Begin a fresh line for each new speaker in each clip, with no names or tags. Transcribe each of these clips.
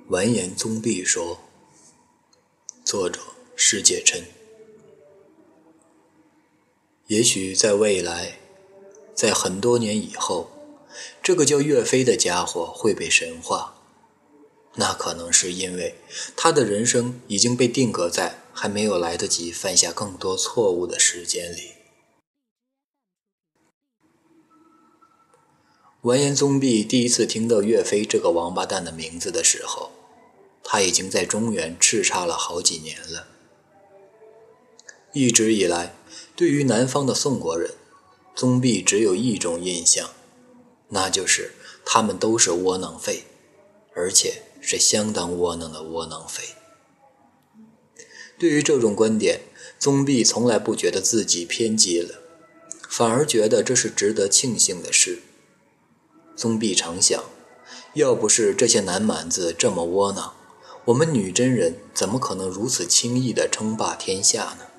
完颜宗弼说。作者施解琛。也许在未来，在很多年以后，这个叫岳飞的家伙会被神化，那可能是因为他的人生已经被定格在还没有来得及犯下更多错误的时间里。完颜宗弼第一次听到岳飞这个王八蛋的名字的时候，他已经在中原叱咤了好几年了。一直以来，对于南方的宋国人，宗弼只有一种印象，那就是他们都是窝囊废，而且是相当窝囊的窝囊废。对于这种观点，宗弼从来不觉得自己偏激了，反而觉得这是值得庆幸的事。宗弼常想，要不是这些南蛮子这么窝囊，我们女真人怎么可能如此轻易地称霸天下呢？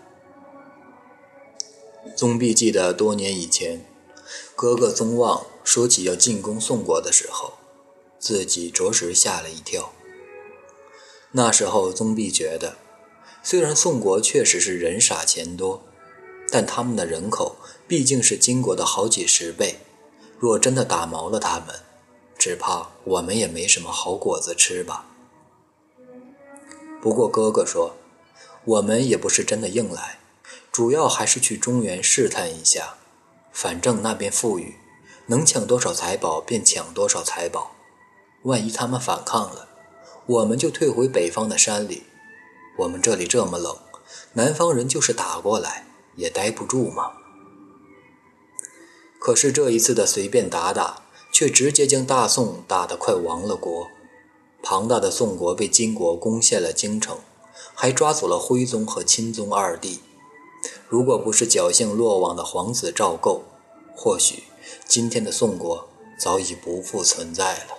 宗弼记得多年以前，哥哥宗望说起要进攻宋国的时候，自己着实吓了一跳。那时候宗弼觉得，虽然宋国确实是人傻钱多，但他们的人口毕竟是金国的好几十倍，若真的打毛了他们，只怕我们也没什么好果子吃吧。不过哥哥说，我们也不是真的硬来，主要还是去中原试探一下，反正那边富裕，能抢多少财宝便抢多少财宝，万一他们反抗了，我们就退回北方的山里，我们这里这么冷，南方人就是打过来也待不住嘛。可是这一次的随便打打，却直接将大宋打得快亡了国。庞大的宋国被金国攻陷了京城，还抓走了徽宗和钦宗二帝。如果不是侥幸落网的皇子赵构，或许今天的宋国早已不复存在了。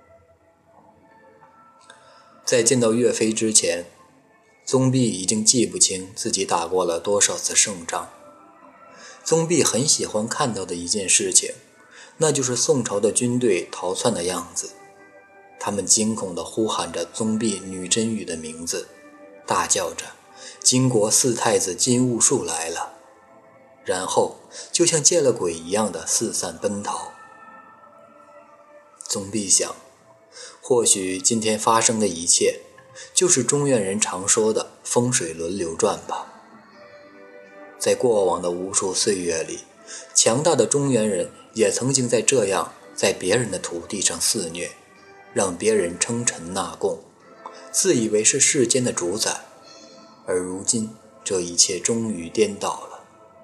在见到岳飞之前，宗弼已经记不清自己打过了多少次胜仗。宗弼很喜欢看到的一件事情，那就是宋朝的军队逃窜的样子。他们惊恐地呼喊着宗弼女真语的名字，大叫着金国四太子金兀术来了，然后就像见了鬼一样的四散奔逃。宗弼想，或许今天发生的一切就是中原人常说的风水轮流转吧。在过往的无数岁月里，强大的中原人也曾经这样在别人的土地上肆虐，让别人称臣纳贡，自以为是世间的主宰。而如今这一切终于颠倒了。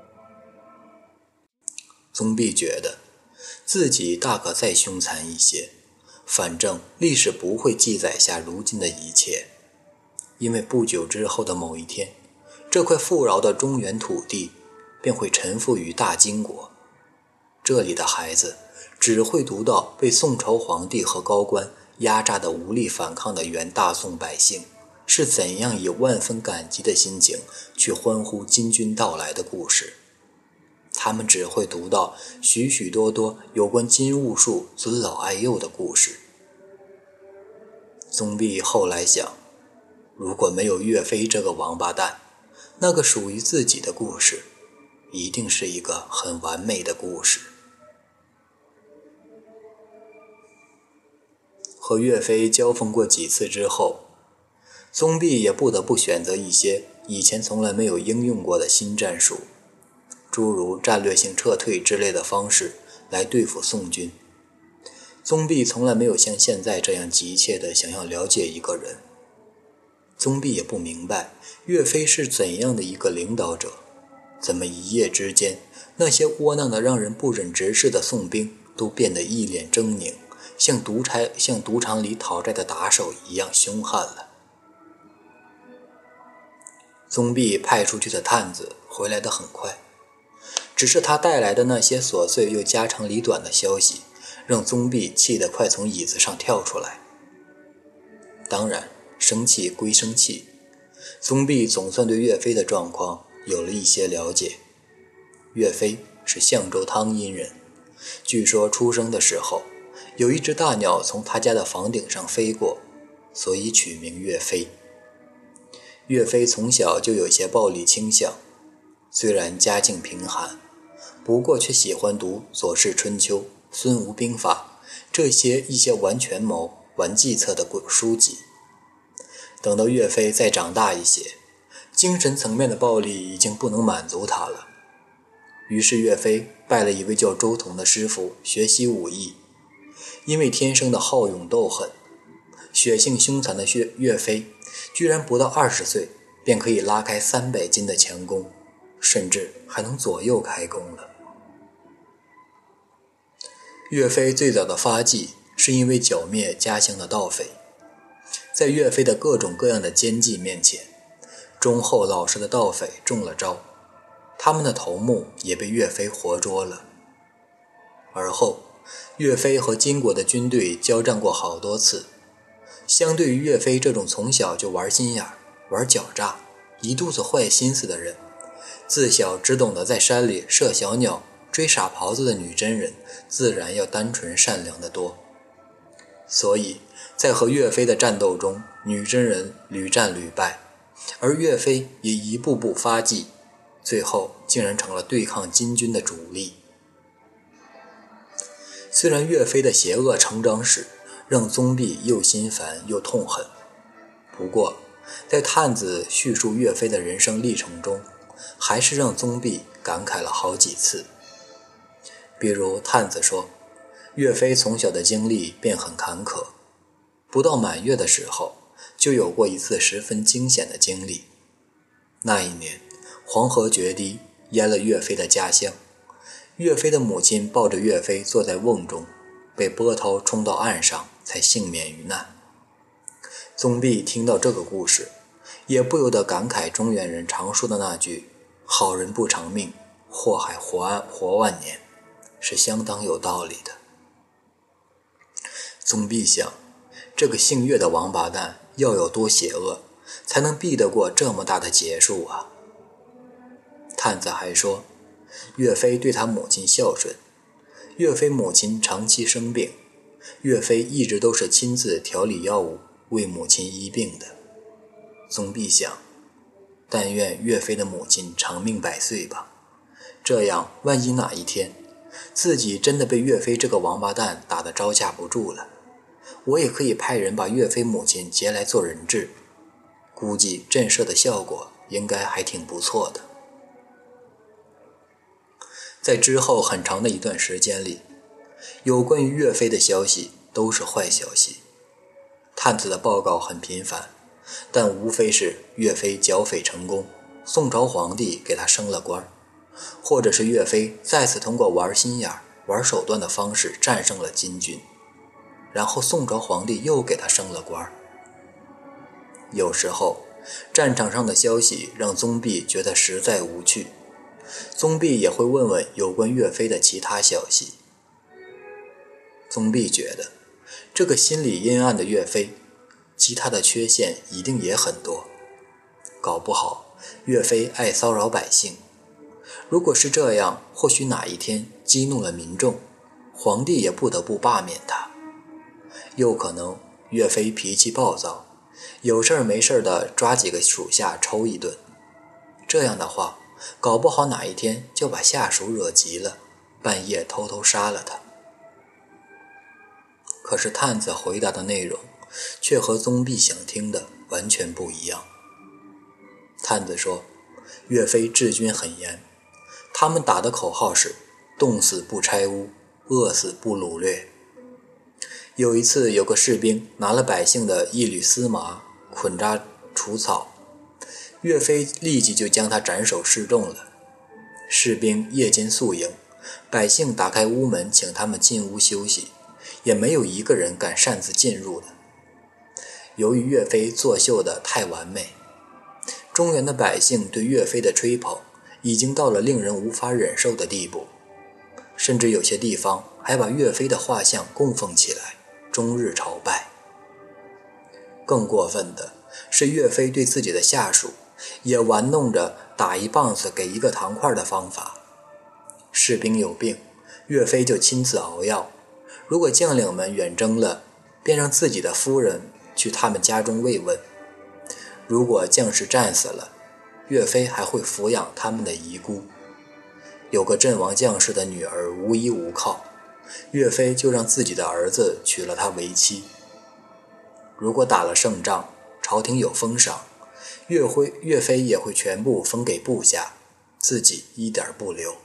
宗弼觉得自己大可再凶残一些，反正历史不会记载下如今的一切，因为不久之后的某一天，这块富饶的中原土地便会臣服于大金国，这里的孩子只会读到被宋朝皇帝和高官压榨得无力反抗的原大宋百姓是怎样以万分感激的心情去欢呼金军到来的故事。他们只会读到许许多多有关金兀术尊老爱幼的故事。宗弼后来想，如果没有岳飞这个王八蛋，那个属于自己的故事一定是一个很完美的故事。和岳飞交锋过几次之后，宗弼也不得不选择一些以前从来没有应用过的新战术，诸如战略性撤退之类的方式来对付宋军。宗弼从来没有像现在这样急切地想要了解一个人。宗弼也不明白岳飞是怎样的一个领导者，怎么一夜之间那些窝囊的让人不忍直视的宋兵都变得一脸狰狞，像赌场里讨债的打手一样凶悍了。宗弼派出去的探子回来得很快，只是他带来的那些琐碎又家长里短的消息，让宗弼气得快从椅子上跳出来。当然，生气归生气，宗弼总算对岳飞的状况有了一些了解。岳飞是象州汤阴人，据说出生的时候，有一只大鸟从他家的房顶上飞过， 所以取名岳飞。岳飞从小就有些暴力倾向，虽然家境贫寒，不过却喜欢读《左氏春秋》《孙吴兵法》这些一些玩权谋、玩计策的书籍。等到岳飞再长大一些，精神层面的暴力已经不能满足他了，于是岳飞拜了一位叫周同的师傅学习武艺。因为天生的好勇斗狠，血性凶残的岳飞居然不到20岁便可以拉开300斤的强弓，甚至还能左右开弓了。岳飞最早的发迹是因为剿灭家乡的盗匪，在岳飞的各种各样的奸计面前，忠厚老实的盗匪中了招，他们的头目也被岳飞活捉了。而后岳飞和金国的军队交战过好多次，相对于岳飞这种从小就玩心眼、玩狡诈、一肚子坏心思的人，自小只懂得在山里射小鸟、追傻狍子的女真人自然要单纯善良得多。所以在和岳飞的战斗中，女真人屡战屡败，而岳飞也一步步发迹，最后竟然成了对抗金军的主力。虽然岳飞的邪恶成长史让宗弼又心烦又痛恨，不过在探子叙述岳飞的人生历程中，还是让宗弼感慨了好几次。比如探子说，岳飞从小的经历便很坎坷，不到满月的时候就有过一次十分惊险的经历。那一年黄河决堤，淹了岳飞的家乡，岳飞的母亲抱着岳飞坐在瓮中，被波涛冲到岸上，才幸免于难。宗弼听到这个故事，也不由得感慨中原人常说的那句“好人不长命，祸害活万年”，是相当有道理的。宗弼想，这个姓岳的王八蛋要有多邪恶，才能避得过这么大的劫数啊？探子还说，岳飞对他母亲孝顺，岳飞母亲长期生病，岳飞一直都是亲自调理药物为母亲医病的。宗弼想，但愿岳飞的母亲长命百岁吧，这样万一哪一天自己真的被岳飞这个王八蛋打得招架不住了，我也可以派人把岳飞母亲劫来做人质，估计震慑的效果应该还挺不错的。在之后很长的一段时间里，有关于岳飞的消息都是坏消息。探子的报告很频繁，但无非是岳飞剿匪成功，宋朝皇帝给他升了官，或者是岳飞再次通过玩心眼、玩手段的方式战胜了金军，然后宋朝皇帝又给他升了官。有时候战场上的消息让宗弼觉得实在无趣，宗弼也会问问有关岳飞的其他消息。宗弼觉得这个心理阴暗的岳飞，其他的缺陷一定也很多，搞不好岳飞爱骚扰百姓，如果是这样，或许哪一天激怒了民众，皇帝也不得不罢免他。又可能岳飞脾气暴躁，有事没事的抓几个属下抽一顿，这样的话搞不好哪一天就把下属惹急了，半夜偷偷杀了他。可是探子回答的内容却和宗弼想听的完全不一样。探子说，岳飞治军很严，他们打的口号是冻死不拆屋，饿死不掳掠。有一次有个士兵拿了百姓的一缕丝麻捆扎除草，岳飞立即就将他斩首示众了。士兵夜间宿营，百姓打开屋门请他们进屋休息，也没有一个人敢擅自进入的。由于岳飞作秀得太完美，中原的百姓对岳飞的吹捧已经到了令人无法忍受的地步，甚至有些地方还把岳飞的画像供奉起来，终日朝拜。更过分的是，岳飞对自己的下属也玩弄着打一棒子给一个糖块的方法。士兵有病，岳飞就亲自熬药，如果将领们远征了，便让自己的夫人去他们家中慰问。如果将士战死了，岳飞还会抚养他们的遗孤。有个阵亡将士的女儿无依无靠，岳飞就让自己的儿子娶了她为妻。如果打了胜仗，朝廷有封赏，岳飞也会全部分给部下，自己一点不留。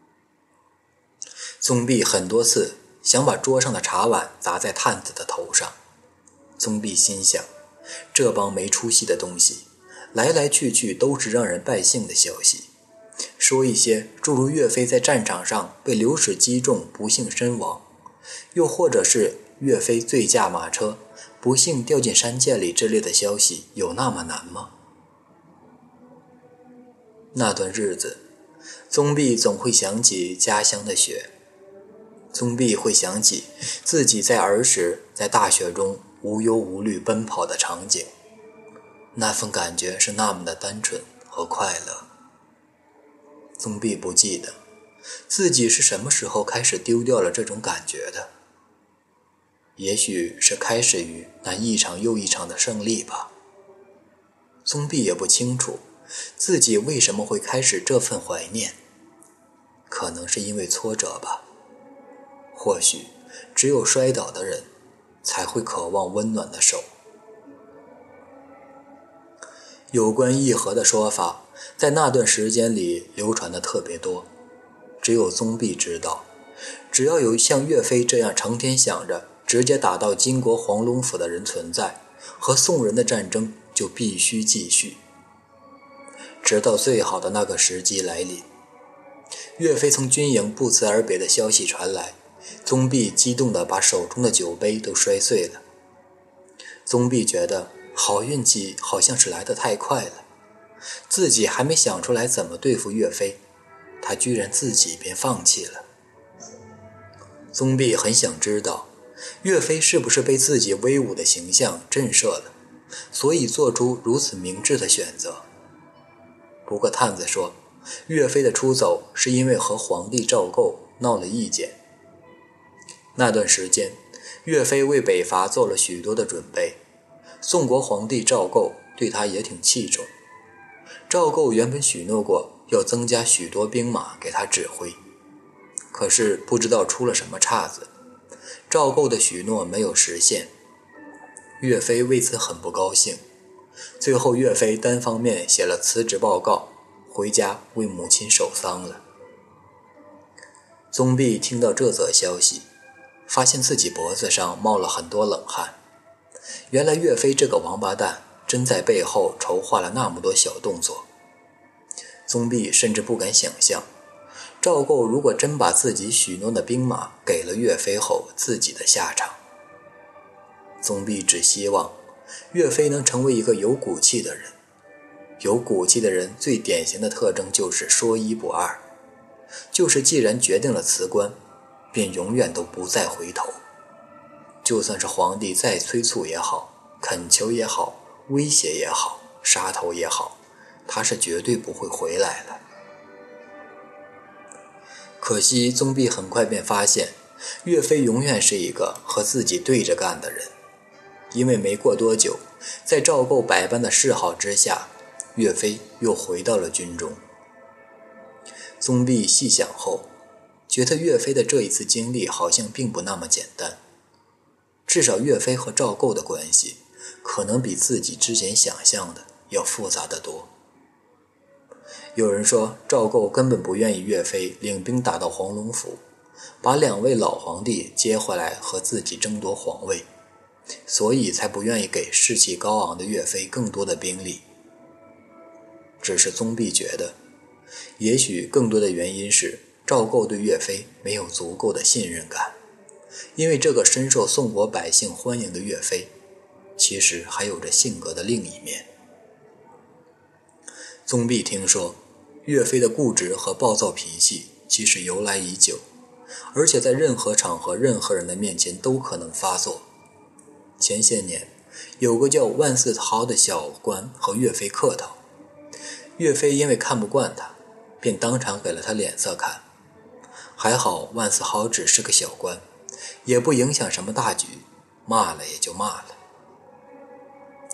宗弼很多次想把桌上的茶碗砸在探子的头上。宗弼心想，这帮没出息的东西，来来去去都是让人败兴的消息，说一些诸如岳飞在战场上被流矢击中不幸身亡，又或者是岳飞醉驾马车不幸掉进山涧里之类的消息，有那么难吗？那段日子，宗弼总会想起家乡的雪，宗弼会想起自己在儿时在大雪中无忧无虑奔跑的场景，那份感觉是那么的单纯和快乐。宗弼不记得自己是什么时候开始丢掉了这种感觉的，也许是开始于那一场又一场的胜利吧。宗弼也不清楚自己为什么会开始这份怀念，可能是因为挫折吧。或许只有摔倒的人才会渴望温暖的手。有关议和的说法在那段时间里流传的特别多，只有宗弼知道，只要有像岳飞这样成天想着直接打到金国黄龙府的人存在，和宋人的战争就必须继续，直到最好的那个时机来临。岳飞从军营不辞而别的消息传来，宗弼激动地把手中的酒杯都摔碎了。宗弼觉得好运气好像是来得太快了，自己还没想出来怎么对付岳飞，他居然自己便放弃了。宗弼很想知道岳飞是不是被自己威武的形象震慑了，所以做出如此明智的选择。不过探子说，岳飞的出走是因为和皇帝赵构闹了意见。那段时间，岳飞为北伐做了许多的准备，宋国皇帝赵构对他也挺器重。赵构原本许诺过要增加许多兵马给他指挥，可是不知道出了什么岔子，赵构的许诺没有实现，岳飞为此很不高兴。最后岳飞单方面写了辞职报告，回家为母亲守丧了。宗弼听到这则消息，发现自己脖子上冒了很多冷汗，原来岳飞这个王八蛋真在背后筹划了那么多小动作。宗弼甚至不敢想象，赵构如果真把自己许诺的兵马给了岳飞后自己的下场。宗弼只希望岳飞能成为一个有骨气的人。有骨气的人最典型的特征就是说一不二，就是既然决定了辞官，便永远都不再回头。就算是皇帝再催促也好，恳求也好，威胁也好，杀头也好，他是绝对不会回来的。可惜宗弼很快便发现，岳飞永远是一个和自己对着干的人，因为没过多久，在赵构百般的示好之下，岳飞又回到了军中。宗弼细想后，觉得岳飞的这一次经历好像并不那么简单，至少岳飞和赵构的关系可能比自己之前想象的要复杂得多。有人说赵构根本不愿意岳飞领兵打到黄龙府，把两位老皇帝接回来和自己争夺皇位，所以才不愿意给士气高昂的岳飞更多的兵力。只是宗弼觉得，也许更多的原因是赵构对岳飞没有足够的信任感，因为这个深受宋国百姓欢迎的岳飞，其实还有着性格的另一面。宗弼听说，岳飞的固执和暴躁脾气其实由来已久，而且在任何场合、任何人的面前都可能发作。前些年，有个叫万四豪的小官和岳飞客套，岳飞因为看不惯他，便当场给了他脸色看。还好万四豪只是个小官，也不影响什么大局，骂了也就骂了。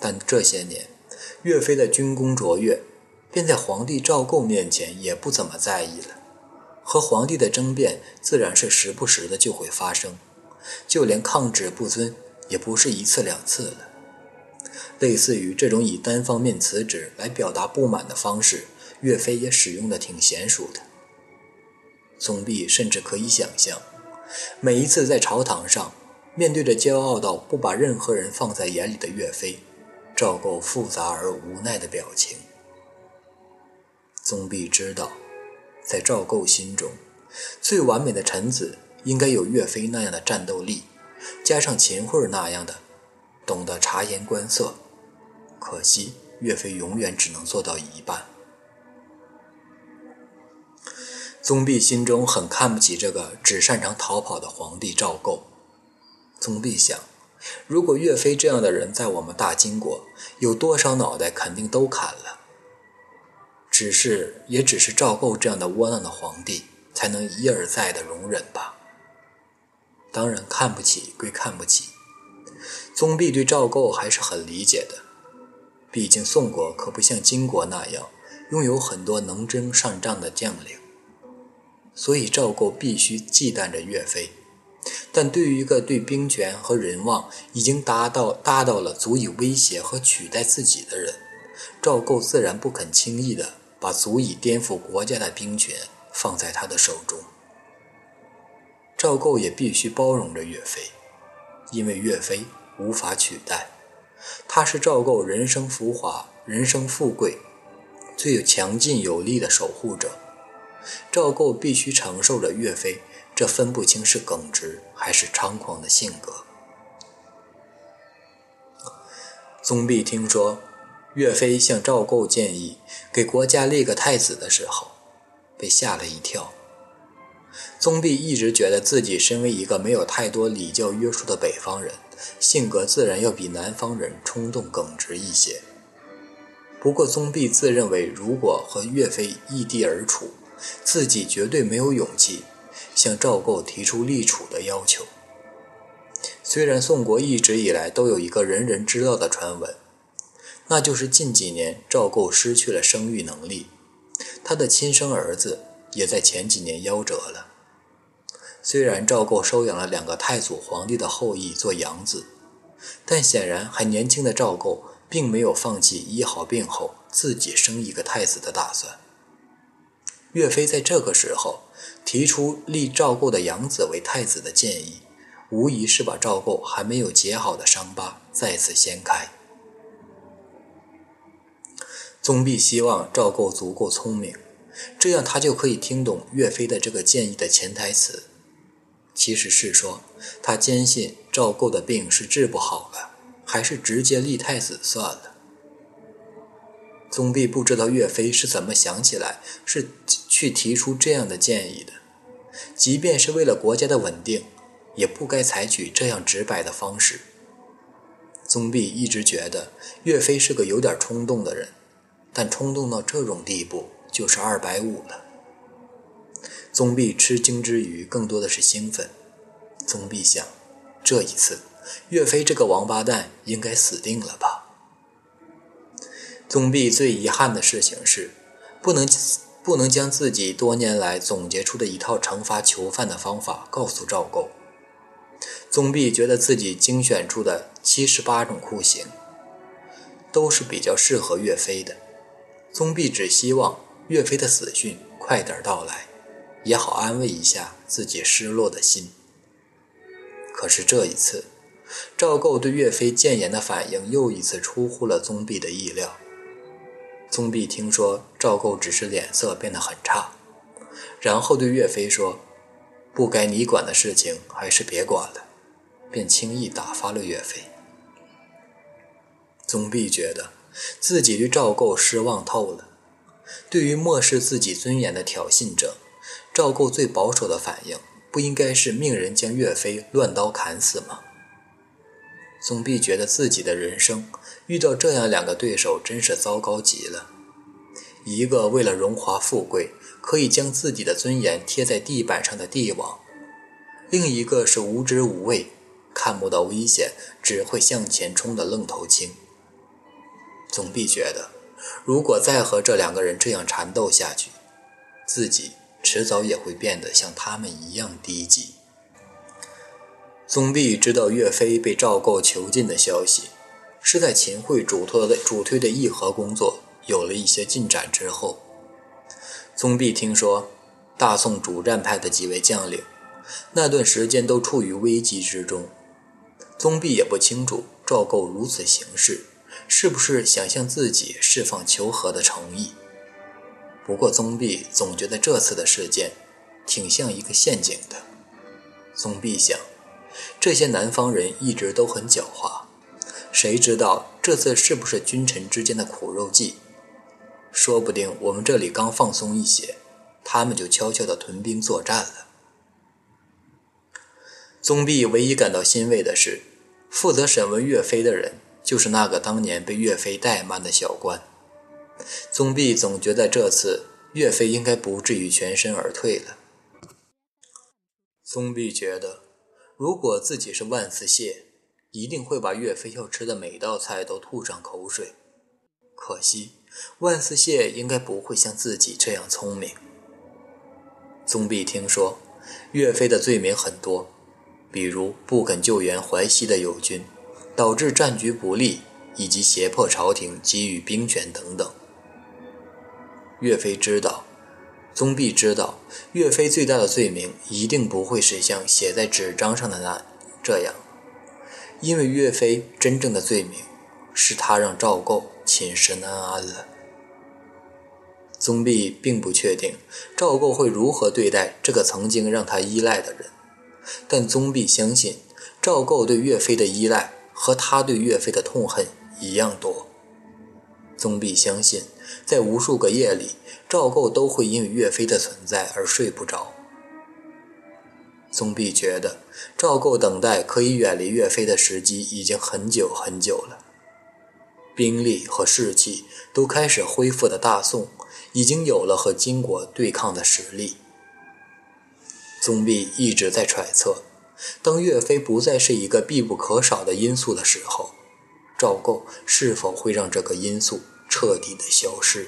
但这些年，岳飞的军功卓越，便在皇帝赵构面前也不怎么在意了。和皇帝的争辩自然是时不时的就会发生，就连抗旨不遵也不是一次两次了。类似于这种以单方面辞职来表达不满的方式，岳飞也使用的挺娴熟的。宗弼甚至可以想象，每一次在朝堂上面对着骄傲到不把任何人放在眼里的岳飞，赵构复杂而无奈的表情。宗弼知道，在赵构心中，最完美的臣子应该有岳飞那样的战斗力，加上秦桧那样的懂得察言观色。可惜岳飞永远只能做到一半。宗弼心中很看不起这个只擅长逃跑的皇帝赵构。宗弼想，如果岳飞这样的人在我们大金国，有多少脑袋肯定都砍了。也只是赵构这样的窝囊的皇帝才能一而再的容忍吧。当然看不起归看不起，宗弼对赵构还是很理解的，毕竟宋国可不像金国那样拥有很多能征善战的将领，所以赵构必须忌惮着岳飞。但对于一个对兵权和人望已经大到了足以威胁和取代自己的人，赵构自然不肯轻易的把足以颠覆国家的兵权放在他的手中。赵构也必须包容着岳飞，因为岳飞无法取代，他是赵构人生浮华、人生富贵最有强劲有力的守护者。赵构必须承受着岳飞这分不清是耿直还是猖狂的性格。宗弼听说岳飞向赵构建议给国家立个太子的时候，被吓了一跳。宗弼一直觉得自己身为一个没有太多礼教约束的北方人，性格自然要比南方人冲动耿直一些。不过宗弼自认为，如果和岳飞异地而处，自己绝对没有勇气向赵构提出立储的要求。虽然宋国一直以来都有一个人人知道的传闻，那就是近几年赵构失去了生育能力，他的亲生儿子也在前几年夭折了。虽然赵构收养了2个太祖皇帝的后裔做养子，但显然还年轻的赵构并没有放弃医好病后自己生一个太子的打算。岳飞在这个时候提出立赵构的养子为太子的建议，无疑是把赵构还没有结好的伤疤再次掀开。宗弼希望赵构足够聪明，这样他就可以听懂岳飞的这个建议的潜台词，其实是说他坚信赵构的病是治不好了，还是直接立太子算了。宗弼不知道岳飞是怎么想起来是去提出这样的建议的，即便是为了国家的稳定，也不该采取这样直白的方式。宗弼一直觉得岳飞是个有点冲动的人，但冲动到这种地步就是250了。宗弼吃惊之余更多的是兴奋。宗弼想，这一次岳飞这个王八蛋应该死定了吧。宗弼最遗憾的事情是不能将自己多年来总结出的一套惩罚囚犯的方法告诉赵构。宗弼觉得自己精选出的78种酷刑都是比较适合岳飞的，宗弼只希望岳飞的死讯快点到来，也好安慰一下自己失落的心。可是这一次，赵构对岳飞谏言的反应又一次出乎了宗弼的意料。宗弼听说赵构只是脸色变得很差，然后对岳飞说，不该你管的事情还是别管了，便轻易打发了岳飞。宗弼觉得自己对赵构失望透了。对于漠视自己尊严的挑衅者，赵构最保守的反应不应该是命人将岳飞乱刀砍死吗？宗弼觉得自己的人生遇到这样2个对手真是糟糕极了。一个为了荣华富贵可以将自己的尊严贴在地板上的帝王，另一个是无知无畏看不到危险只会向前冲的愣头青。 宗弼觉得，如果再和这两个人这样缠斗下去，自己迟早也会变得像他们一样低级。宗弼知道岳飞被赵构囚禁的消息，是在秦桧主推的议和工作有了一些进展之后。宗弼听说大宋主战派的几位将领那段时间都处于危机之中，宗弼也不清楚赵构如此行事是不是想向自己释放求和的诚意。不过宗弼总觉得这次的事件挺像一个陷阱的。宗弼想，这些南方人一直都很狡猾，谁知道这次是不是君臣之间的苦肉计？说不定我们这里刚放松一些，他们就悄悄地屯兵作战了。宗弼唯一感到欣慰的是，负责审问岳飞的人就是那个当年被岳飞怠慢的小官。宗弼总觉得这次岳飞应该不至于全身而退了。宗弼觉得，如果自己是万四蟹，一定会把岳飞要吃的每道菜都吐上口水。可惜万四蟹应该不会像自己这样聪明。宗弼听说岳飞的罪名很多，比如不肯救援淮西的友军，导致战局不利，以及胁迫朝廷给予兵权等等。宗弼知道岳飞最大的罪名一定不会是像写在纸张上的这样，因为岳飞真正的罪名是他让赵构寝食难安了。宗弼并不确定赵构会如何对待这个曾经让他依赖的人，但宗弼相信赵构对岳飞的依赖和他对岳飞的痛恨一样多。宗弼相信在无数个夜里，赵构都会因为岳飞的存在而睡不着。宗弼觉得赵构等待可以远离岳飞的时机已经很久很久了。兵力和士气都开始恢复的大宋，已经有了和金国对抗的实力。宗弼一直在揣测，当岳飞不再是一个必不可少的因素的时候，赵构是否会让这个因素彻底的消失。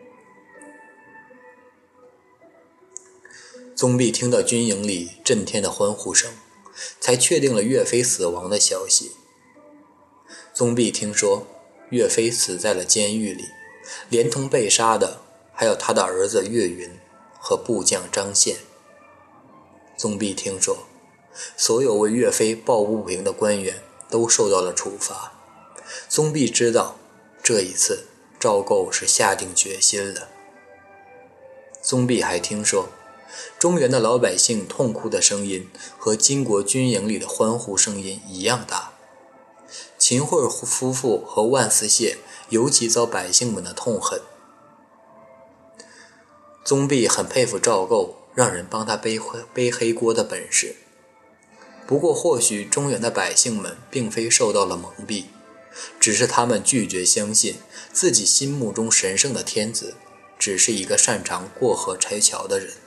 宗弼听到军营里震天的欢呼声，才确定了岳飞死亡的消息。宗弼听说岳飞死在了监狱里，连同被杀的还有他的儿子岳云和部将张宪。宗弼听说所有为岳飞抱不平的官员都受到了处罚。宗弼知道这一次赵构是下定决心了。宗弼还听说中原的老百姓痛哭的声音和金国军营里的欢呼声音一样大。秦桧夫妇和万四蟹尤其遭百姓们的痛恨。宗弼很佩服赵构让人帮他背黑锅的本事。不过或许中原的百姓们并非受到了蒙蔽，只是他们拒绝相信自己心目中神圣的天子只是一个擅长过河拆桥的人。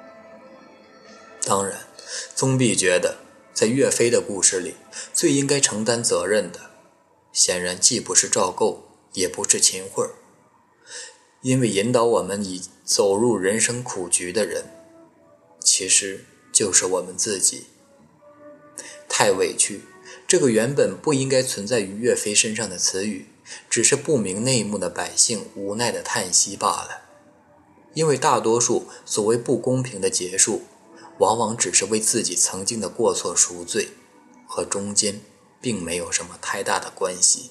当然，宗弼觉得在岳飞的故事里，最应该承担责任的显然既不是赵构，也不是秦桧，因为引导我们走入人生苦局的人其实就是我们自己。太委屈，这个原本不应该存在于岳飞身上的词语，只是不明内幕的百姓无奈的叹息罢了。因为大多数所谓不公平的结束，往往只是为自己曾经的过错赎罪，和中间并没有什么太大的关系。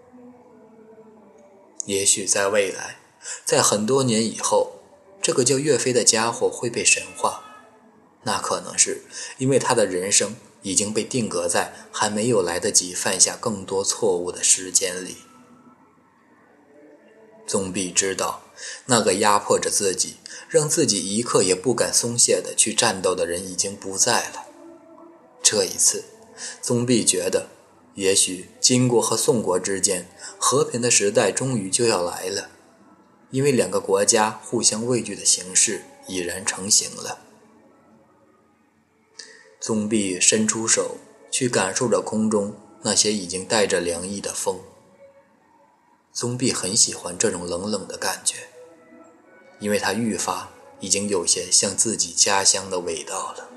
也许在未来，在很多年以后，这个叫岳飞的家伙会被神化，那可能是因为他的人生已经被定格在还没有来得及犯下更多错误的时间里。宗弼知道，那个压迫着自己，让自己一刻也不敢松懈的去战斗的人已经不在了。这一次，宗弼觉得，也许金国和宋国之间和平的时代终于就要来了，因为两个国家互相畏惧的形势已然成型了。宗弼伸出手去感受着空中那些已经带着凉意的风。 宗弼很喜欢这种冷冷的感觉，因为他愈发已经有些像自己家乡的味道了。